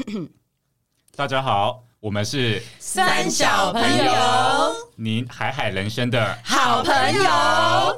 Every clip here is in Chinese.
大家好，我们是三小朋友， 您海人生的好朋友。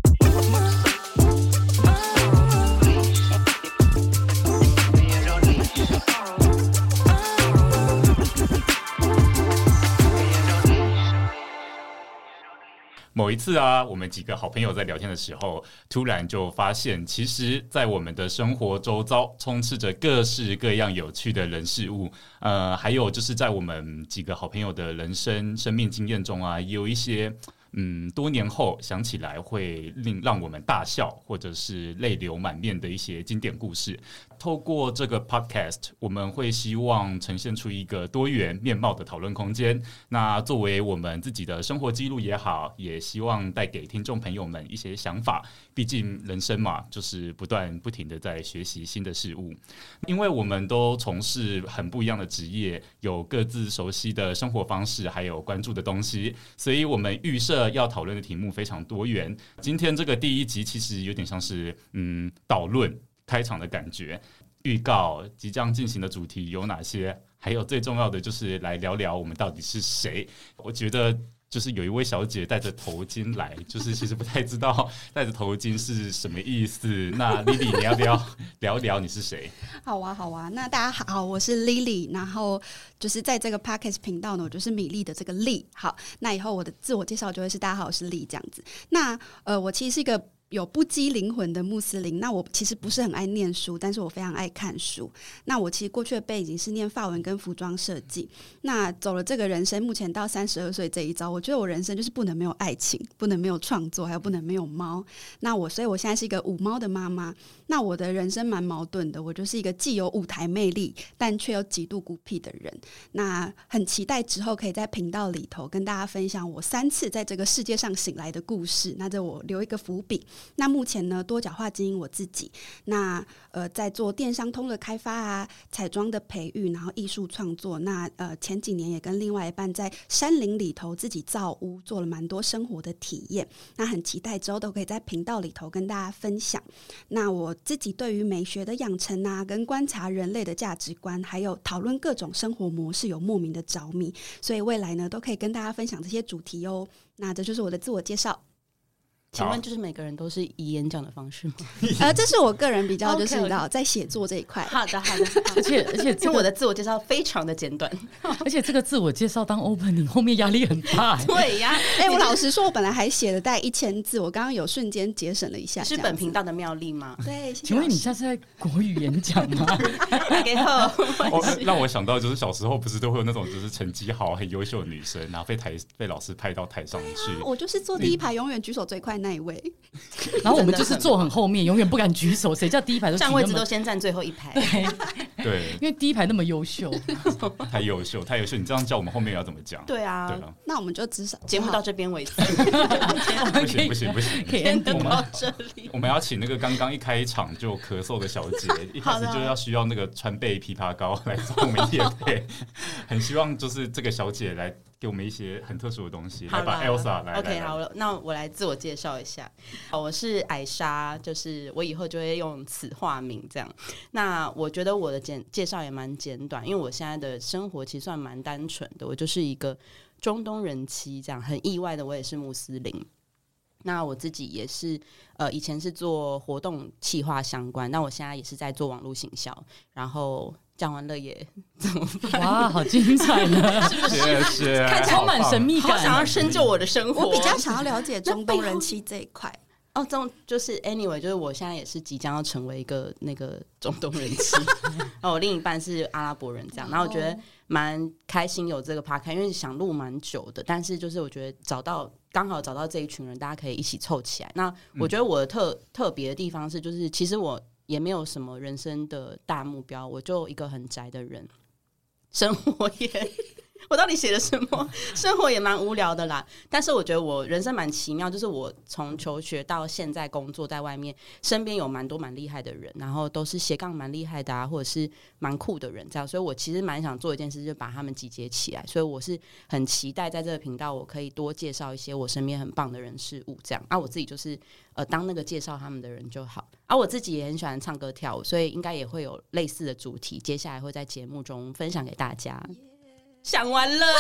某一次啊，我们几个好朋友在聊天的时候，突然就发现，其实，在我们的生活周遭，充斥着各式各样有趣的人事物。还有就是在我们几个好朋友的生命经验中啊，也有一些多年后想起来会让我们大笑，或者是泪流满面的一些经典故事。透过这个 podcast， 我们会希望呈现出一个多元面貌的讨论空间。那作为我们自己的生活记录也好，也希望带给听众朋友们一些想法。毕竟人生嘛，就是不停的在学习新的事物。因为我们都从事很不一样的职业，有各自熟悉的生活方式，还有关注的东西，所以我们预设要讨论的题目非常多元。今天这个第一集其实有点像是导论开场的感觉，预告即将进行的主题有哪些，还有最重要的就是来聊聊我们到底是谁。我觉得就是有一位小姐戴着头巾来，就是其实不太知道戴着头巾是什么意思。那 Lily， 你要不要聊一聊你是谁？ 好啊，那大家好，我是 Lily， 然后就是在这个 Podcast 频道呢，我就是米粒的这个粒。好，那以后我的自我介绍就会是大家好，我是粒这样子。那我其实是一个有不羁灵魂的穆斯林，那我其实不是很爱念书，但是我非常爱看书。那我其实过去的背景是念法文跟服装设计，那走了这个人生，目前到32岁这一遭，我觉得我人生就是不能没有爱情，不能没有创作，还有不能没有猫。所以我现在是一个5猫的妈妈。那我的人生蛮矛盾的，我就是一个既有舞台魅力，但却又极度孤僻的人。那很期待之后可以在频道里头跟大家分享我3次在这个世界上醒来的故事，那这我留一个伏笔。那目前呢，多角化经营我自己，那在做电商通的开发啊，彩妆的培育，然后艺术创作。那前几年也跟另外一半在山林里头自己造屋，做了蛮多生活的体验。那很期待之后都可以在频道里头跟大家分享。那我自己对于美学的养成啊，跟观察人类的价值观，还有讨论各种生活模式有莫名的着迷，所以未来呢都可以跟大家分享这些主题哦。那这就是我的自我介绍。 请问就是每个人都是以演讲的方式吗？ 这是我个人比较就是在写作这一块。 好的，而且因为我的自我介绍非常的简短， 而且这个自我介绍当 opening 后面压力很大。 对呀， 我老实说，我本来还写了大概1000字，我刚刚有瞬间节省了一下。 是本频道的妙丽吗？ 对， 请问你现在是在国语演讲吗？ 让我想到就是小时候不是都会有那种就是成绩好很优秀的女生，然后被老师派到台上去。 我就是坐第一排，永远举手最快那一位。 然后我们就是坐很后面，永远不敢举手，谁叫第一排都占位置都先站最后一排。 对， 因为第一排那么优秀， 太优秀，你这样叫我们后面要怎么讲？ 对啊， 那我们就至少节目到这边为止。 不行， 可以 ending 到这里。 我们要请那个刚刚一开场就咳嗽的小姐，一开始就要需要那个川贝枇杷膏来做我们业配，很希望就是这个小姐来给我们一些很特殊的东西，来把 Elsa 来。 OK， 好了，那我来自我介绍一下。我是艾莎，就是我以后就会用此化名这样。那我觉得我的介绍也蛮简短，因为我现在的生活其实算蛮单纯的，我就是一个中东人妻这样。很意外的，我也是穆斯林。那我自己也是以前是做活动企划相关，那我现在也是在做网络行销，然后讲完了也怎么办？ 哇，好精彩呢！ 是不是？ 看充满神秘感， 好想要深究我的生活。 我比较想要了解中东人妻这一块。 这种就是 anyway， 就是我现在也是即将要成为一个那个中东人妻，然后我另一半是阿拉伯人这样，然后我觉得蛮开心有这个 podcast， 因为想录蛮久的，但是就是我觉得刚好找到这一群人，大家可以一起凑起来。那我觉得我的特别的地方是，就是其实我也没有什么人生的大目标，我就一个很宅的人，生活也我到底写了什么？生活也蛮无聊的啦。但是我觉得我人生蛮奇妙，就是我从求学到现在工作在外面，身边有蛮多蛮厉害的人，然后都是斜杠蛮厉害的啊，或者是蛮酷的人这样。所以我其实蛮想做一件事，就把他们集结起来。所以我是很期待在这个频道，我可以多介绍一些我身边很棒的人事物这样。啊，我自己就是当那个介绍他们的人就好。啊，我自己也很喜欢唱歌跳舞，所以应该也会有类似的主题，接下来会在节目中分享给大家。想完了，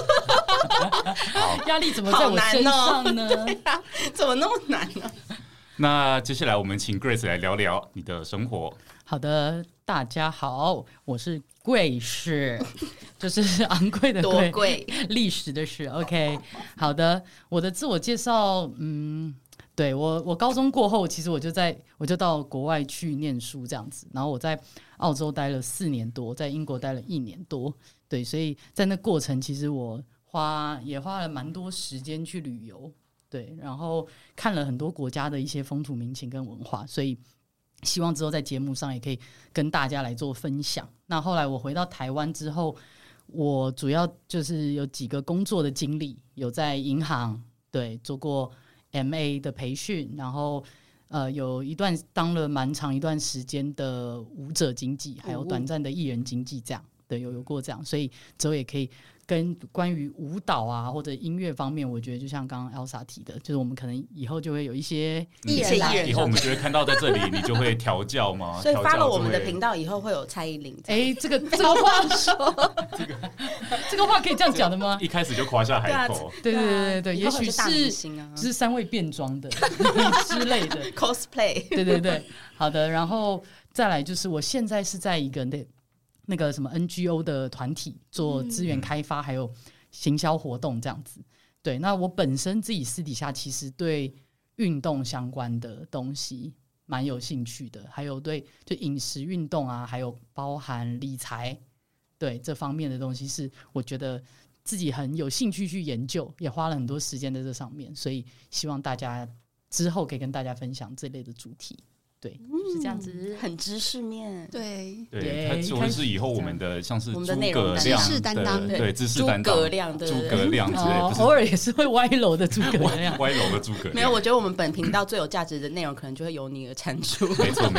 压力怎么在我身上呢？ 啊，怎么那么难呢？ 那接下来我们请 Grace 来聊聊你的生活。 好的，大家好，我是贵士，就是昂贵的贵， 多贵， 历史的史。OK， 好的，我的自我介绍，对我高中过后，其实我就到国外去念书这样子，然后我在澳洲待了4年多，在英国待了1年多，对，所以在那过程其实我也花了蛮多时间去旅游，对，然后看了很多国家的一些风土民情跟文化，所以希望之后在节目上也可以跟大家来做分享。那后来我回到台湾之后，我主要就是有几个工作的经历，有在银行对做过 MA 的培训，然后有当了蛮长一段时间的舞者经纪，还有短暂的艺人经纪，这样对有过这样，所以之后也可以跟关于舞蹈啊或者音乐方面，我觉得就像刚刚 Elsa 提的，就是我们可能以后就会有一说艺人以后我们就会看到在这里，你就会调教吗？ 所以发了我们的频道以后会有蔡依林。 这个话说，这个话可以这样讲的吗？ 一开始就夸下海口， 对，也许是就是3位变装的之类的 cosplay， 对，好的，然后再来就是我现在是在一个那个什么 NGO 的团体做资源开发还有行销活动这样子。对，那我本身自己私底下其实对运动相关的东西蛮有兴趣的，还有对就饮食运动啊，还有包含理财，对这方面的东西是我觉得自己很有兴趣去研究，也花了很多时间在这上面，所以希望大家之后可以跟大家分享这类的主题。对，是这样子， 很知识面。 对， 它就会是以后我们的像是诸葛亮知识担当， 对，知识担当，诸葛亮之类， 偶尔也是会歪楼的诸葛亮， 歪楼的诸葛亮。 没有，我觉得我们本频道最有价值的内容，可能就会由你而产出。 没错，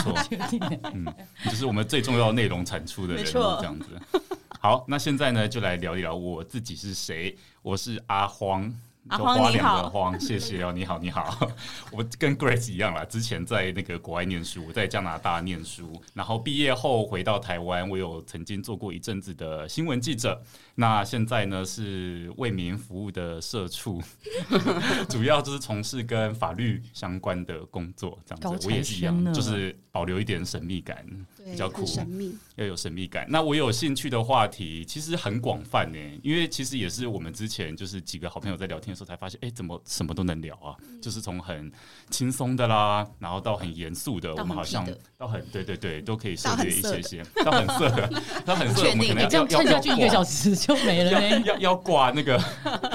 就是我们最重要的内容产出的人物这样子。好，那现在呢，就来聊一聊我自己是谁。我是阿荒。 阿荒你好， 荒，谢谢哦，你好。我跟 Grace 一样啦，之前在那个国外念书，在加拿大念书，然后毕业后回到台湾，我有曾经做过一阵子的新闻记者。那现在呢是为民服务的社畜，主要就是从事跟法律相关的工作，这样子。我也是一样，就是保留一点神秘感，比较酷，要有神秘感。那我有兴趣的话题其实很广泛呢，因为其实也是我们之前就是几个好朋友在聊天的时候才发现，怎么什么都能聊啊？就是从很轻松的啦，然后到很严肃的，我们好像到很对，都可以涉猎一些，到很色的，我们可能这样撑下去1个小时就没了呢。 要挂那个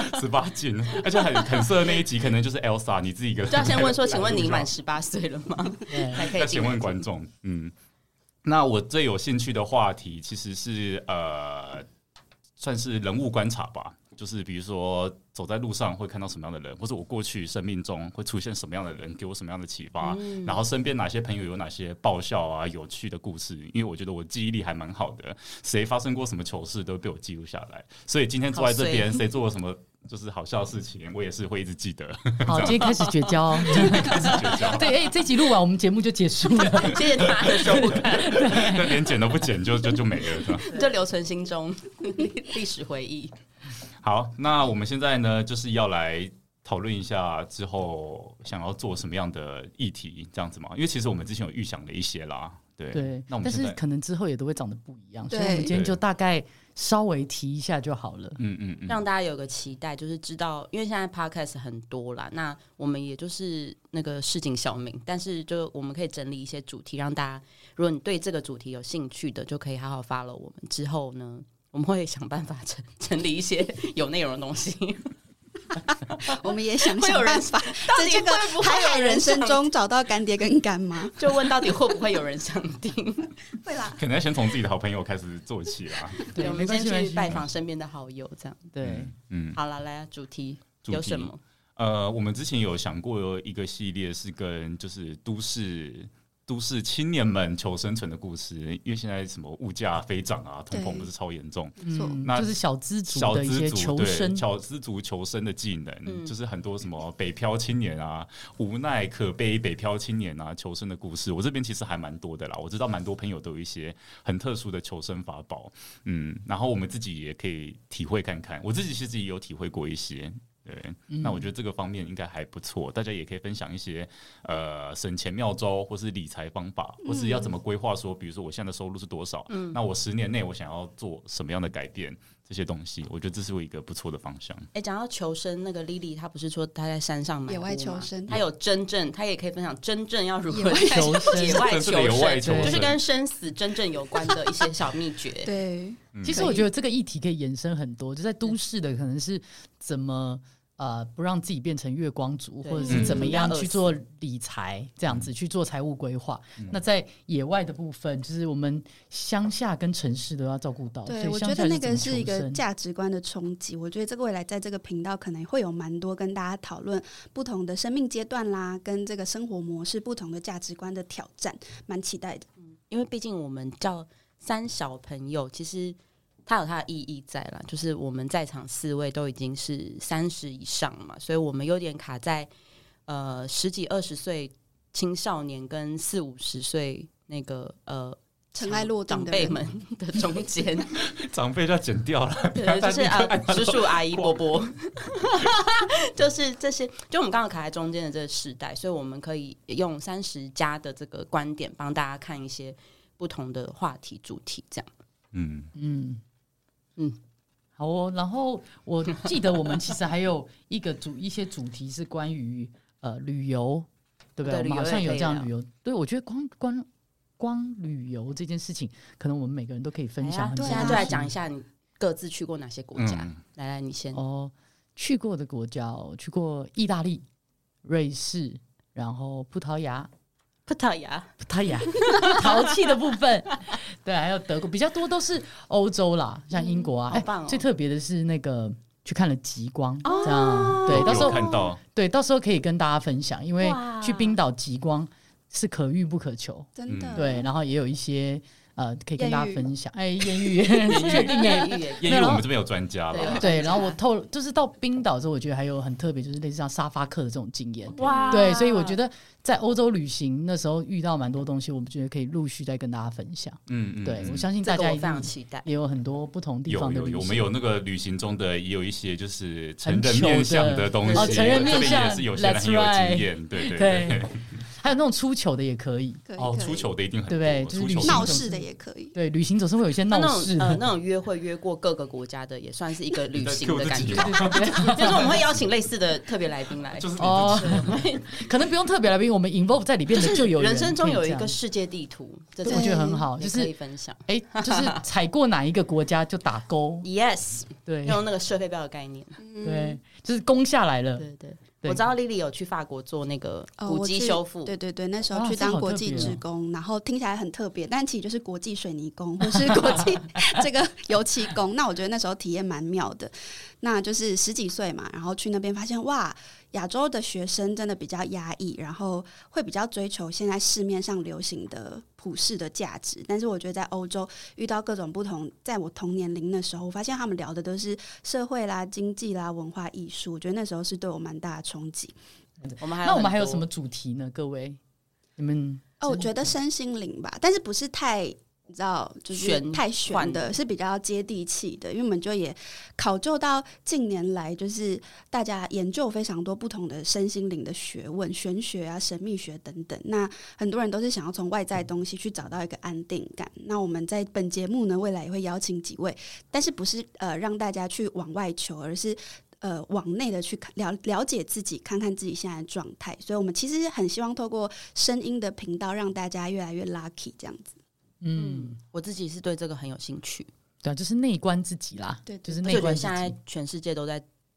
18禁，而且很色的那一集，可能就是 Elsa 你自己一个人。 就要先问说，请问你满18岁了吗？才可以。 要先问观众，那我最有兴趣的话题其实是算是人物观察吧。就是比如说走在路上会看到什么样的人，或者我过去生命中会出现什么样的人，给我什么样的启发，然后身边哪些朋友有哪些爆笑啊有趣的故事，因为我觉得我记忆力还蛮好的，谁发生过什么糗事都被我记录下来，所以今天坐在这边谁做了什么就是好笑的事情，我也是会一直记得。 好，今天开始绝交，对，这集录完我们节目就结束了。 谢谢大家的收看， 连剪都不剪就没了，是吧？ 就留存心中历史回忆。 好，那我们现在呢，就是要来讨论一下之后想要做什么样的议题，这样子嘛？因为其实我们之前有预想了一些啦，对。那我们但是可能之后也都会长得不一样，所以我们今天就大概稍微提一下就好了。 让大家有个期待，就是知道，因为现在 podcast 很多啦，那我们也就是那个市井小民，但是就我们可以整理一些主题，让大家，如果你对这个主题有兴趣的，就可以好好 follow 我们。之后呢，我们会想办法整理一些有内容的东西。 我们也想会有人想办法， 到底在这个会不会海海有人人生想中找到干爹跟干妈。 就问到底会不会有人想听？ 会啦， 可能要先从自己的好朋友开始做起啦。 对，我没们关系没关系先去拜访身边的好友，这样。 对， 好了，来啊，主题主题有什么？ 我们之前有想过一个系列是跟就是都市青年们求生存的故事，因为现在什么物价飞涨啊，通膨不是超严重，那就是小资族的一些求生， 小资族求生的技能，就是很多什么北漂青年啊，无奈可悲北漂青年啊，求生的故事。我这边其实还蛮多的啦，我知道蛮多朋友都有一些很特殊的求生法宝，然后我们自己也可以体会看看，我自己其实也有体会过一些。对，那我觉得这个方面应该还不错，大家也可以分享一些省钱妙招，或是理财方法，或是要怎么规划说，比如说我现在的收入是多少，那我10年内我想要做什么样的改变，这些东西，我觉得这是一个不错的方向。 讲到求生，那个 Lily 她不是说她在山上买野外求生， 她有她也可以分享真正要如何求生野外求生，就是跟生死真正有关的一些小秘诀。 对， 其实我觉得这个议题可以延伸很多，就在都市的可能是怎么不让自己变成月光族，或者是怎么样去做理财，这样子去做财务规划。那在野外的部分，就是我们乡下跟城市都要照顾到。 对，我觉得那个是一个价值观的冲击。我觉得这个未来在这个频道可能会有蛮多跟大家讨论不同的生命阶段啦，跟这个生活模式不同的价值观的挑战，蛮期待的。 因为毕竟我们叫3小朋友，其实它有它的意义在啦，就是我们在场4位都已经是30以上嘛，所以我们有点卡在10几20岁青少年跟40、50岁那个尘埃落定长辈们的中间， 长辈就要剪掉了， 对，就是叔叔阿姨伯伯，就是这些，就我们刚刚卡在中间的这个世代，所以我们可以用30+的这个观点帮大家看一些不同的话题主题，这样。 好哦。然后我记得我们其实还有一些主题是关于旅游，对不对？我们好像有这样旅游。对，我觉得光旅游这件事情，可能我们每个人都可以分享很多。 现在就来讲一下你各自去过哪些国家。来，你先。 去过的国家去过意大利、瑞士，然后葡萄牙。淘气的部分，对，还有德国，比较多都是欧洲啦，像英国啊。最特别的是那个去看了极光，这样对，到时候看到， 对，到时候可以跟大家分享，因为去冰岛极光是可遇不可求， 真的。 对，然后也有一些可以跟大家分享。艳遇，确定艳遇我们这边有专家了。 对，然后我就是到冰岛之后，我觉得还有很特别，就是类似像沙发客的这种经验。 哇， 对，所以我觉得在欧洲旅行那时候遇到蛮多东西，我们觉得可以陆续再跟大家分享。对，我相信大家非常期待， 也有很多不同地方的旅行。 我们有那个旅行中的也有一些就是成人面向的东西， 成人面向也是有些人很有经验。对。 还有那种出糗的也可以出糗的一定很多， 对不对？就是闹事的也可以。 对，旅行总是会有一些闹事。 那种约会约过各个国家的，也算是一个旅行的感觉。就是我们会邀请类似的特别来宾来， 可能不用特别来宾，我们 involve 在里边的就有人生中有一个世界地图， 我觉得很好，就是可以分享。 就是踩过哪一个国家就打勾。 Yes， 对， 用那个射飞镖的概念。 对，就是攻下来了。 对。我知道莉莉有去法国做那个古迹修复， 对，那时候去当国际志工，然后听起来很特别，但其实就是国际水泥工或是国际这个油漆工。那我觉得那时候体验蛮妙的，那就是10几岁嘛，然后去那边发现哇，亚洲的学生真的比较压抑，然后会比较追求现在市面上流行的普世的价值。但是我觉得在欧洲遇到各种不同，在我同年龄的时候，我发现他们聊的都是社会啦、经济啦、文化艺术。我觉得那时候是对我蛮大的冲击。 那我们还有什么主题呢？各位，你们我觉得身心灵吧，但是不是太你知道，就是太玄的，是比较接地气的。因为我们就也考究到近年来，就是大家研究非常多不同的身心灵的学问、玄学啊、神秘学等等。那很多人都是想要从外在的东西去找到一个安定感。那我们在本节目呢，未来也会邀请几位，但是不是让大家去往外求，而是往内的去了解自己，看看自己现在的状态。所以我们其实很希望透过声音的频道，让大家越来越 lucky 这样子。 我自己是对这个很有兴趣。 对，就是内观自己啦。 对， 就是内观自己。 现在全世界都在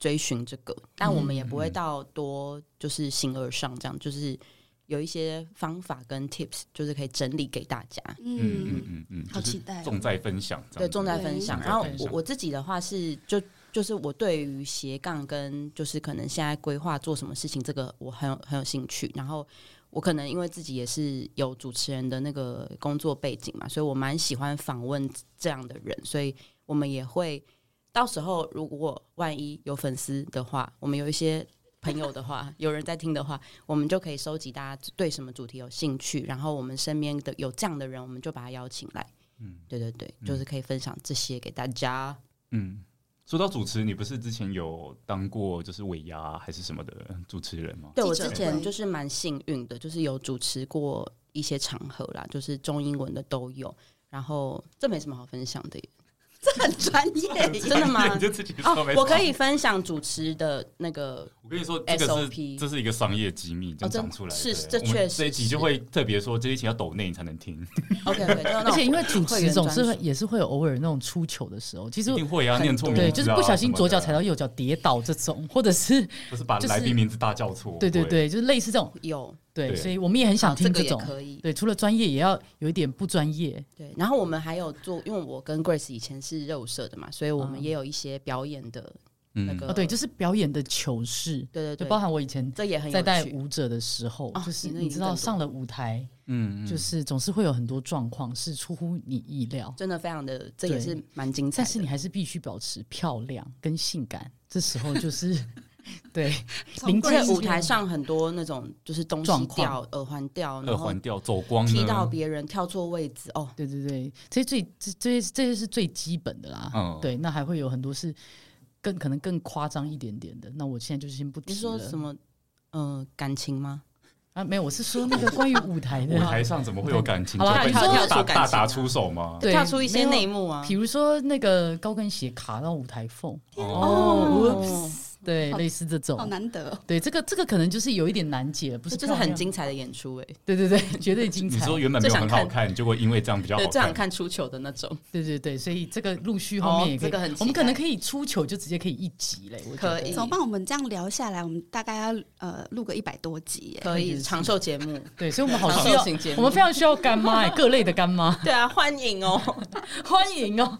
追寻这个，但我们也不会到多就是形而上这样，就是有一些方法跟 tips， 就是可以整理给大家。 好期待， 重在分享， 对，重在分享。然后我自己的话是就是我对于斜杠跟就是可能现在规划做什么事情，这个我很有兴趣。然后我可能因为自己也是有主持人的那个工作背景嘛，所以我蛮喜欢访问这样的人，所以我们也会到时候如果万一有粉丝的话，我们有一些朋友的话，有人在听的话，我们就可以收集大家对什么主题有兴趣，然后我们身边的有这样的人，我们就把他邀请来。对对对，就是可以分享这些给大家。 说到主持，你不是之前有当过就是尾牙还是什么的主持人吗？ 对，我之前就是蛮幸运的，就是有主持过一些场合啦，就是中英文的都有。然后这没什么好分享的耶， 这很专业， 真的吗？ 你就自己说没我可以分享主持的那个 SOP， 我跟你说，这是一个商业机密，就讲出来。 是，这确实。 这一集就会特别说，这一集要抖内你才能听。 OK， 而且因为主持总是也是会有偶尔那种出糗的时候，其实一定会啊，念错名字， 对，就是不小心左脚踩到右脚跌倒这种，或者是就是把来宾名字大叫错。 对对对，就是类似这种有。 对，所以我们也很想听这种， 这个也可以。 对，除了专业，也要有一点不专业。 对，然后我们还有做，因为我跟 Grace 以前是热舞社的嘛，所以我们也有一些表演的那个， 对，就是表演的糗事。 对对对， 就包含我以前这也很在带舞者的时候，就是你知道上了舞台，就是总是会有很多状况是出乎你意料， 真的非常的，这也是蛮精彩的。 但是你还是必须保持漂亮跟性感，这时候就是。对， 在舞台上很多那种就是东西掉、耳环掉， 耳环掉、走光、 踢到别人、跳错位置。哦， 对对对，这些是最基本的啦。对，那还会有很多是可能更夸张一点点的。那我现在就是先不提了。 你说什么？感情吗？ 啊，没有，我是说那个关于舞台的。 舞台上怎么会有感情？ 好啦，你说大打出手吗？ 对，跳出一些内幕啊， 比如说那个高跟鞋卡到舞台缝。对，类似这种， 好难得。 对，这个可能就是有一点难解，不是？ 就是很精彩的演出哎。 对对对，绝对精彩。 你说原本没有很好看，结果因为这样比较好看， 最想看出糗的那种。 对对对，所以这个陆续后面也可以， 这个很， 我们可能可以出糗就直接可以一集嘞。 可以。 怎么办？我们这样聊下来，我们大概要录个100多集， 可以长寿节目。 对，所以我们好需要，我们非常需要干妈各类的干妈。 对啊，欢迎哦， 欢迎哦。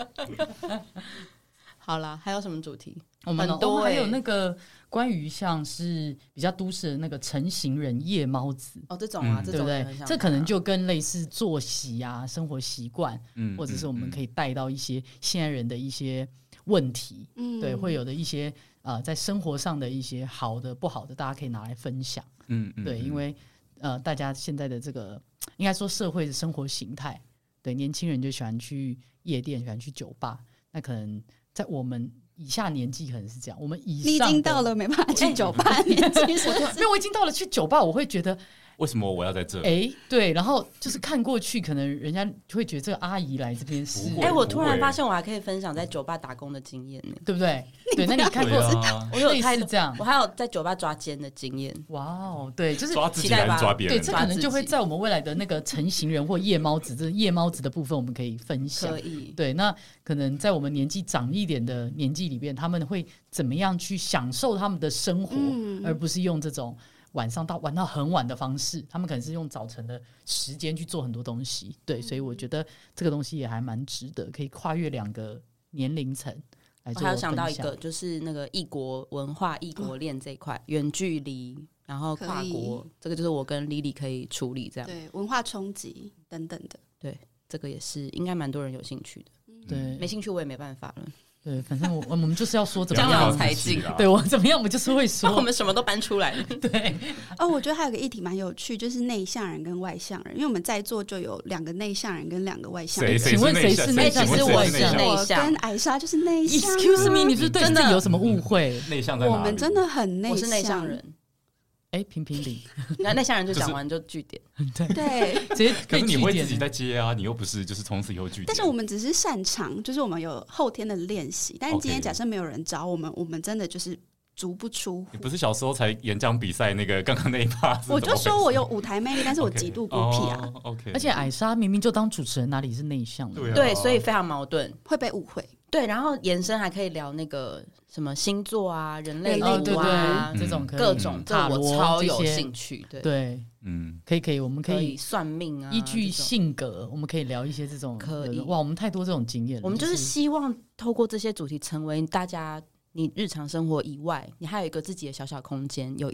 好啦，还有什么主题？ 我们还有那个关于像是比较都市的那个成型人夜猫子这种啊， 对不对？这可能就跟类似作息啊、生活习惯，或者是我们可以带到一些现在人的一些问题，对，会有的一些在生活上的一些好的、不好的，大家可以拿来分享。对，因为大家现在的这个应该说社会的生活形态，对，年轻人就喜欢去夜店，喜欢去酒吧，那可能在我们以下年纪可能是这样，我们以上你已经到了没办法去酒吧年纪， 因为我已经到了去酒吧，我会觉得为什么我要在这？ 对，然后就是看过去，可能人家会觉得这个阿姨来这边是， 我突然发现我还可以分享在酒吧打工的经验呢， 对不对？对，那你看过？ 我有类似这样， 我还有在酒吧抓奸的经验。 哇哦，对，就是抓自己还是抓别人？ 对，这可能就会在我们未来的那个成型人或夜猫子，这夜猫子的部分我们可以分享。 可以， 对，那可能在我们年纪长一点的年纪里边，他们会怎么样去享受他们的生活，而不是用这种晚上玩到很晚的方式，他们可能是用早晨的时间去做很多东西。对，所以我觉得这个东西也还蛮值得，可以跨越2个年龄层来做。 我还有想到一个，就是那个异国文化、异国恋这一块，远距离，然后跨国，这个就是我跟 Lily 可以处理这样。 对，文化冲击等等的。 对，这个也是应该蛮多人有兴趣的。 对， 没兴趣我也没办法了。 对，反正我们就是要说怎么样江郎才尽， 对我怎么样，我们就是会说， 我们什么都搬出来了。 对， 我觉得还有个议题蛮有趣，就是内向人跟外向人，因为我们在座就有2个内向人跟2个外向人。 请问谁是内向？ 其实我是内向， 我跟艾莎就是内向。 Excuse me， 你是对自己有什么误会？ 内向在哪里？ 我们真的很内向， 我是内向人。 评评理， 内向人就讲完就句点。 对， 直接可是你会自己在接啊，你又不是就是从此以后句点。 但是我们只是擅长，就是我们有后天的练习。但是今天假设没有人找我们，我们真的就是足不出户你。不是小时候才演讲比赛那个刚刚那一趴？ 我就说我有舞台魅力，但是我极度孤僻啊， OK， 而且艾莎明明就当主持人，哪里是内向的？ 对啊对，所以非常矛盾。 会被误会。 对，然后延伸还可以聊那个什么星座啊、人类哦图啊， 这种可以各种，这我塔罗超有这些兴趣。对， 对，可以，我们可可以算命啊， 依据这种性格，我们可以聊一些这种可以哇，我们太多这种经验了。 我们就是希望透过这些主题，成为大家你日常生活以外，你还有一个自己的小小空间，有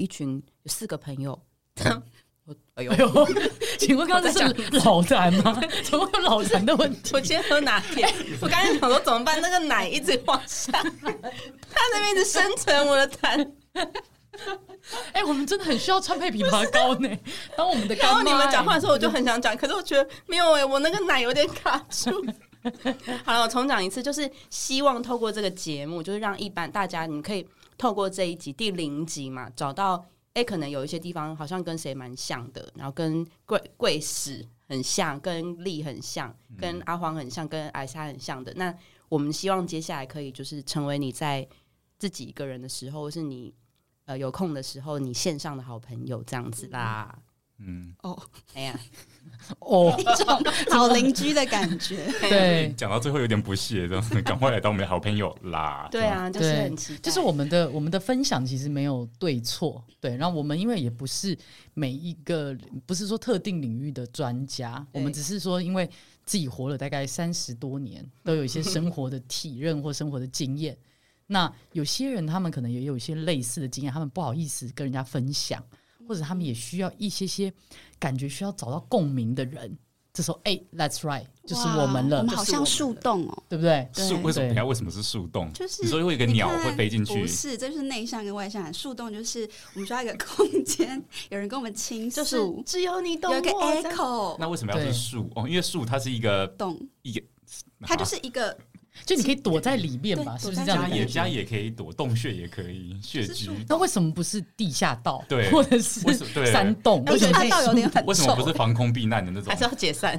4个朋友。哎呦， 哎呦，请问刚刚这是老痰吗？怎么会有老痰的问题？ 我今天喝拿铁，我刚才想说怎么办？那个奶一直往下，它那边一直生成我的痰。 哎、我们真的很需要川贝枇杷膏呢。当我们的干妈、 然后你们讲话的时候，我就很想讲，可是我觉得没有我那个奶有点卡住。好了，我重讲一次，就是希望透过这个节目，就是让一般大家，你可以透过这一集第0集嘛，找到可能有一些地方好像跟谁蛮像的，然后跟贵史很像，跟丽很像，跟阿黄很像，跟艾莎很像的。那我们希望接下来可以就是成为你在自己一个人的时候，或是你有空的时候，你线上的好朋友这样子啦。哎呀， 一种好邻居的感觉。 对， 讲到最后有点不屑，这样子赶快来当我们的好朋友啦。 对啊，就是很期待。 就是我们的分享其实没有对错，对。然后我们因为也不是每一个不是说特定领域的专家，我们只是说因为自己活了大概30多年，都有一些生活的体认或生活的经验。那有些人他们可能也有一些类似的经验，他们不好意思跟人家分享，或者他们也需要一些感觉需要找到共鸣的人。这时候，that's right， 就是我们了。 我们好像树洞哦， 对不对？ 为什么是树洞？ 就是你说会有一个鸟会飞进去？ 不是，这就是内向跟外向。树洞就是我们需要一个空间，有人跟我们倾诉， 就是只有你懂我， 有一个 echo。 那为什么要是树？因为树它是一个洞， 一个， 它就是一个。 就你可以躲在里面吧，是不是这样的？ 家也可以躲，洞穴也可以，穴居。 那为什么不是地下道？ 对， 或者是山洞？ 地下道有点很臭。 为什么不是防空避难的那种？ 还是要解散？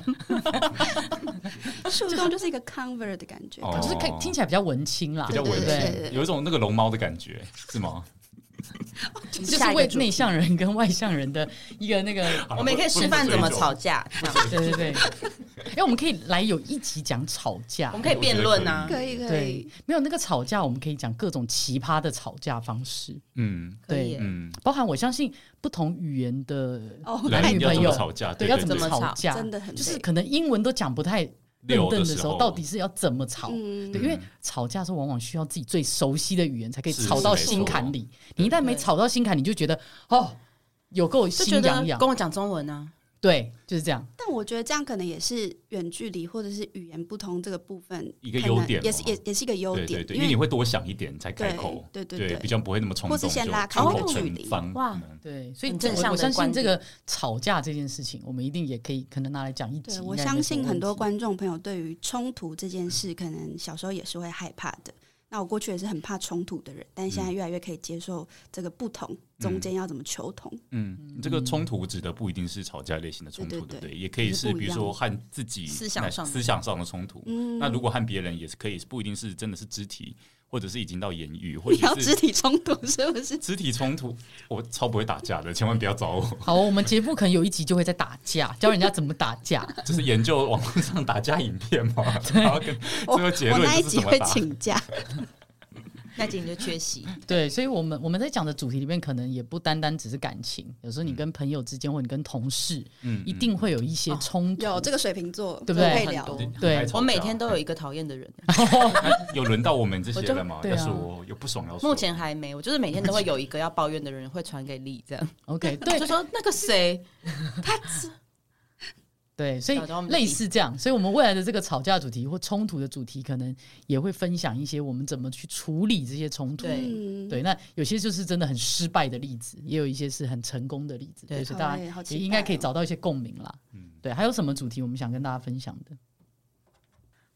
树洞就是一个 convert 的感觉， 就是听起来比较文青啦， 比较文青，有一种那个龙猫的感觉，是吗？ 就是为内向人跟外向人的一个那个， 我们也可以示范怎么吵架。 对对对，我们可以来有一集讲吵架， 我们可以辩论啊， 可以。 对，没有那个吵架，我们可以讲各种奇葩的吵架方式。 对， 包含我相信不同语言的男女朋友吵架， 对，要怎么吵架， 真的很就是可能英文都讲不太认真的时候，到底是要怎么吵？对，因为吵架的时候往往需要自己最熟悉的语言才可以吵到心坎里。你一旦没吵到心坎，你就觉得有够心痒痒。 跟我讲中文啊， 对，就是这样。 但我觉得这样可能也是远距离或者是语言不同这个部分一个优点， 也是一个优点。 对，因为你会多想一点才开口， 对， 比较不会那么冲动， 或是先拉开那个距离。 哇， 对，所以我相信这个吵架这件事情，我们一定也可能拿来讲一集。 我相信很多观众朋友对于冲突这件事，可能小时候也是会害怕的。那我过去也是很怕冲突的人，但现在越来越可以接受这个不同中间要怎么求同。 这个冲突指的不一定是吵架类型的冲突，对不对？也可以是比如说和自己思想上的冲突。那如果和别人也是可以，不一定是真的是肢体，或者是已经到言语，或者是你要肢体冲突是不是？ 肢体冲突，我超不会打架的，千万不要找我。 好，我们节目可能有一集就会在打架，教人家怎么打架， 就是研究网络上打架影片嘛，然后跟最后结论我那一集会就是怎么打。 请假。 那集你就缺席。 对，所以我们在讲的主题里面，可能也不单单只是感情，有时候你跟朋友之间，或你跟同事，一定会有一些冲突。 有这个水瓶座， 对不对？ 可以聊。 对， 我每天都有一个讨厌的人。 有轮到我们这些了吗？要说有不爽要说。 目前还没，我就是每天都会有一个要抱怨的人会传给丽，这样。 OK， 对， 就说那个谁，他。 对，所以类似这样，所以我们未来的这个吵架主题或冲突的主题，可能也会分享一些我们怎么去处理这些冲突。对，那有些就是真的很失败的例子，也有一些是很成功的例子。对，所以大家也应该可以找到一些共鸣啦。对，还有什么主题我们想跟大家分享的？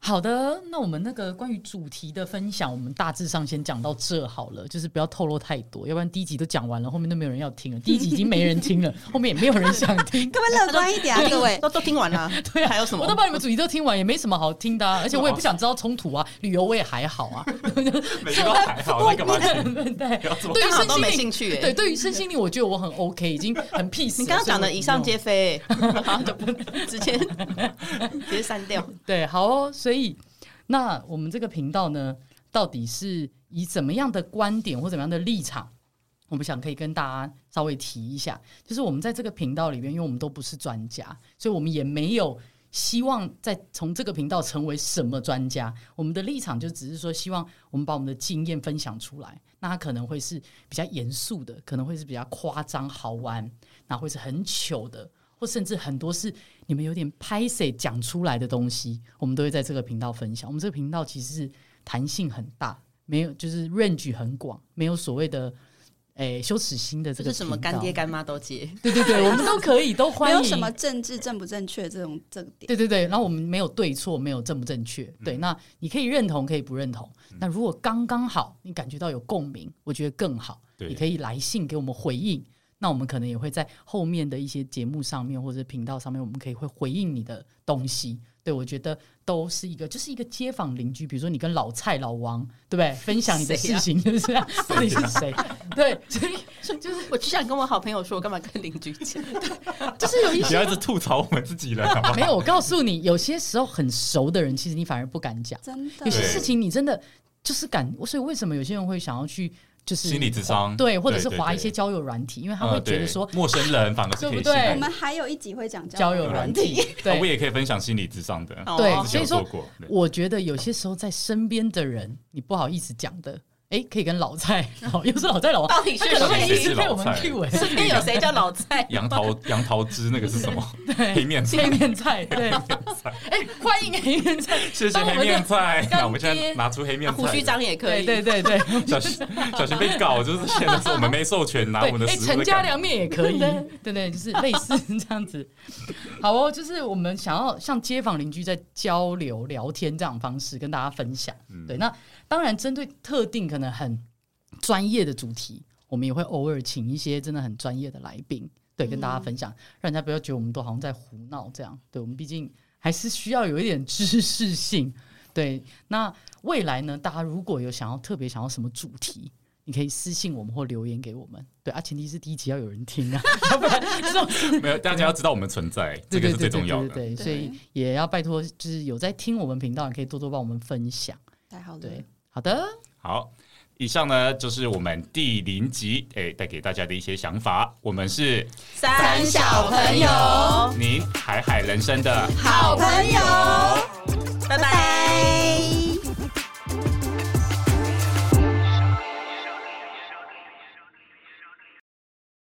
好的，那我们那个关于主题的分享，我们大致上先讲到这好了，就是不要透露太多，要不然第一集都讲完了，后面都没有人要听了。第一集已经没人听了，后面也没有人想听。 各位乐观一点啊，各位都听完了， 对啊， 还有什么？ 我都把你们主题都听完，也没什么好听的啊。而且我也不想知道冲突啊，旅游我也还好啊， 每个都还好，那干嘛？ 对，对于身都没心灵兴趣。 对，对于身心灵，我觉得我很 OK， 已经很 peace。 你刚刚讲的以上皆非，直接删掉。 对，好哦，所以。那我们这个频道呢，到底是以怎么样的观点或怎么样的立场，我们想可以跟大家稍微提一下。就是我们在这个频道里面，因为我们都不是专家，所以我们也没有希望在从这个频道成为什么专家。我们的立场就只是说，希望我们把我们的经验分享出来。那它可能会是比较严肃的，可能会是比较夸张好玩，那会是很糗的。或甚至很多是你们有点拍摄讲出来的东西，我们都会在这个频道分享。我们这个频道其实是弹性很大，没有就是 range 很广，没有所谓的羞耻心的这个频道， 就是什么干爹干妈都接。 对对对，我们都可以都欢迎。 没有什么政治正不正确这个点。 对对对，然后我们没有对错，没有正不正确。对，那你可以认同，可以不认同。那如果刚刚好，你感觉到有共鸣，我觉得更好，你可以来信给我们回应。那我们可能也会在后面的一些节目上面或者频道上面，我们可以会回应你的东西。对，我觉得都是就是一个街坊邻居，比如说你跟老蔡、老王，对不对？分享你的事情，就是这样。到底是谁？对，所以就是我只想跟我好朋友说，我干嘛跟邻居讲？ 就是有一些不要一直吐槽我们自己人，好不好？ 没有，我告诉你，有些时候很熟的人，其实你反而不敢讲。 真的， 有些事情你真的就是敢。所以为什么有些人会想要去？就是心理咨商， 对，或者是滑一些交友软体，因为他会觉得说陌生人反而是可以信赖。 我们还有一集会讲交友软体，对， 我也可以分享心理咨商的， 对，所以说我觉得有些时候在身边的人，你不好意思讲的。可以跟老蔡，又是老蔡老王， 到底是谁被我们 Q 身边有谁叫老蔡？ 杨桃汁那个是什么？黑面菜，对，欢迎黑面菜， 谢谢黑面菜。那我们现在拿出黑面菜， 胡须章也可以， 对， 小心被告，就是现在是我们没授权拿我们的食物。 陈家凉面也可以，对，就是类似这样子。好哦，就是我们想要像街坊邻居在交流聊天这样的方式跟大家分享。对，那当然针对特定可能很专业的主题，我们也会偶尔请一些真的很专业的来宾，对，跟大家分享，让人家不要觉得我们都好像在胡闹这样。对，我们毕竟还是需要有一点知识性。对，那未来呢，大家如果有特别想要什么主题，你可以私信我们或留言给我们。对啊，前提是第一集要有人听啊，要不然没有，大家要知道我们存在，这个是最重要的。 对，所以也要拜托，就是有在听我们频道，也可以多多帮我们分享。 太好了， 对，好的， 好。以上呢就是我们第0集带给大家的一些想法。我们是三小朋友， 您海人生的好朋友，拜拜。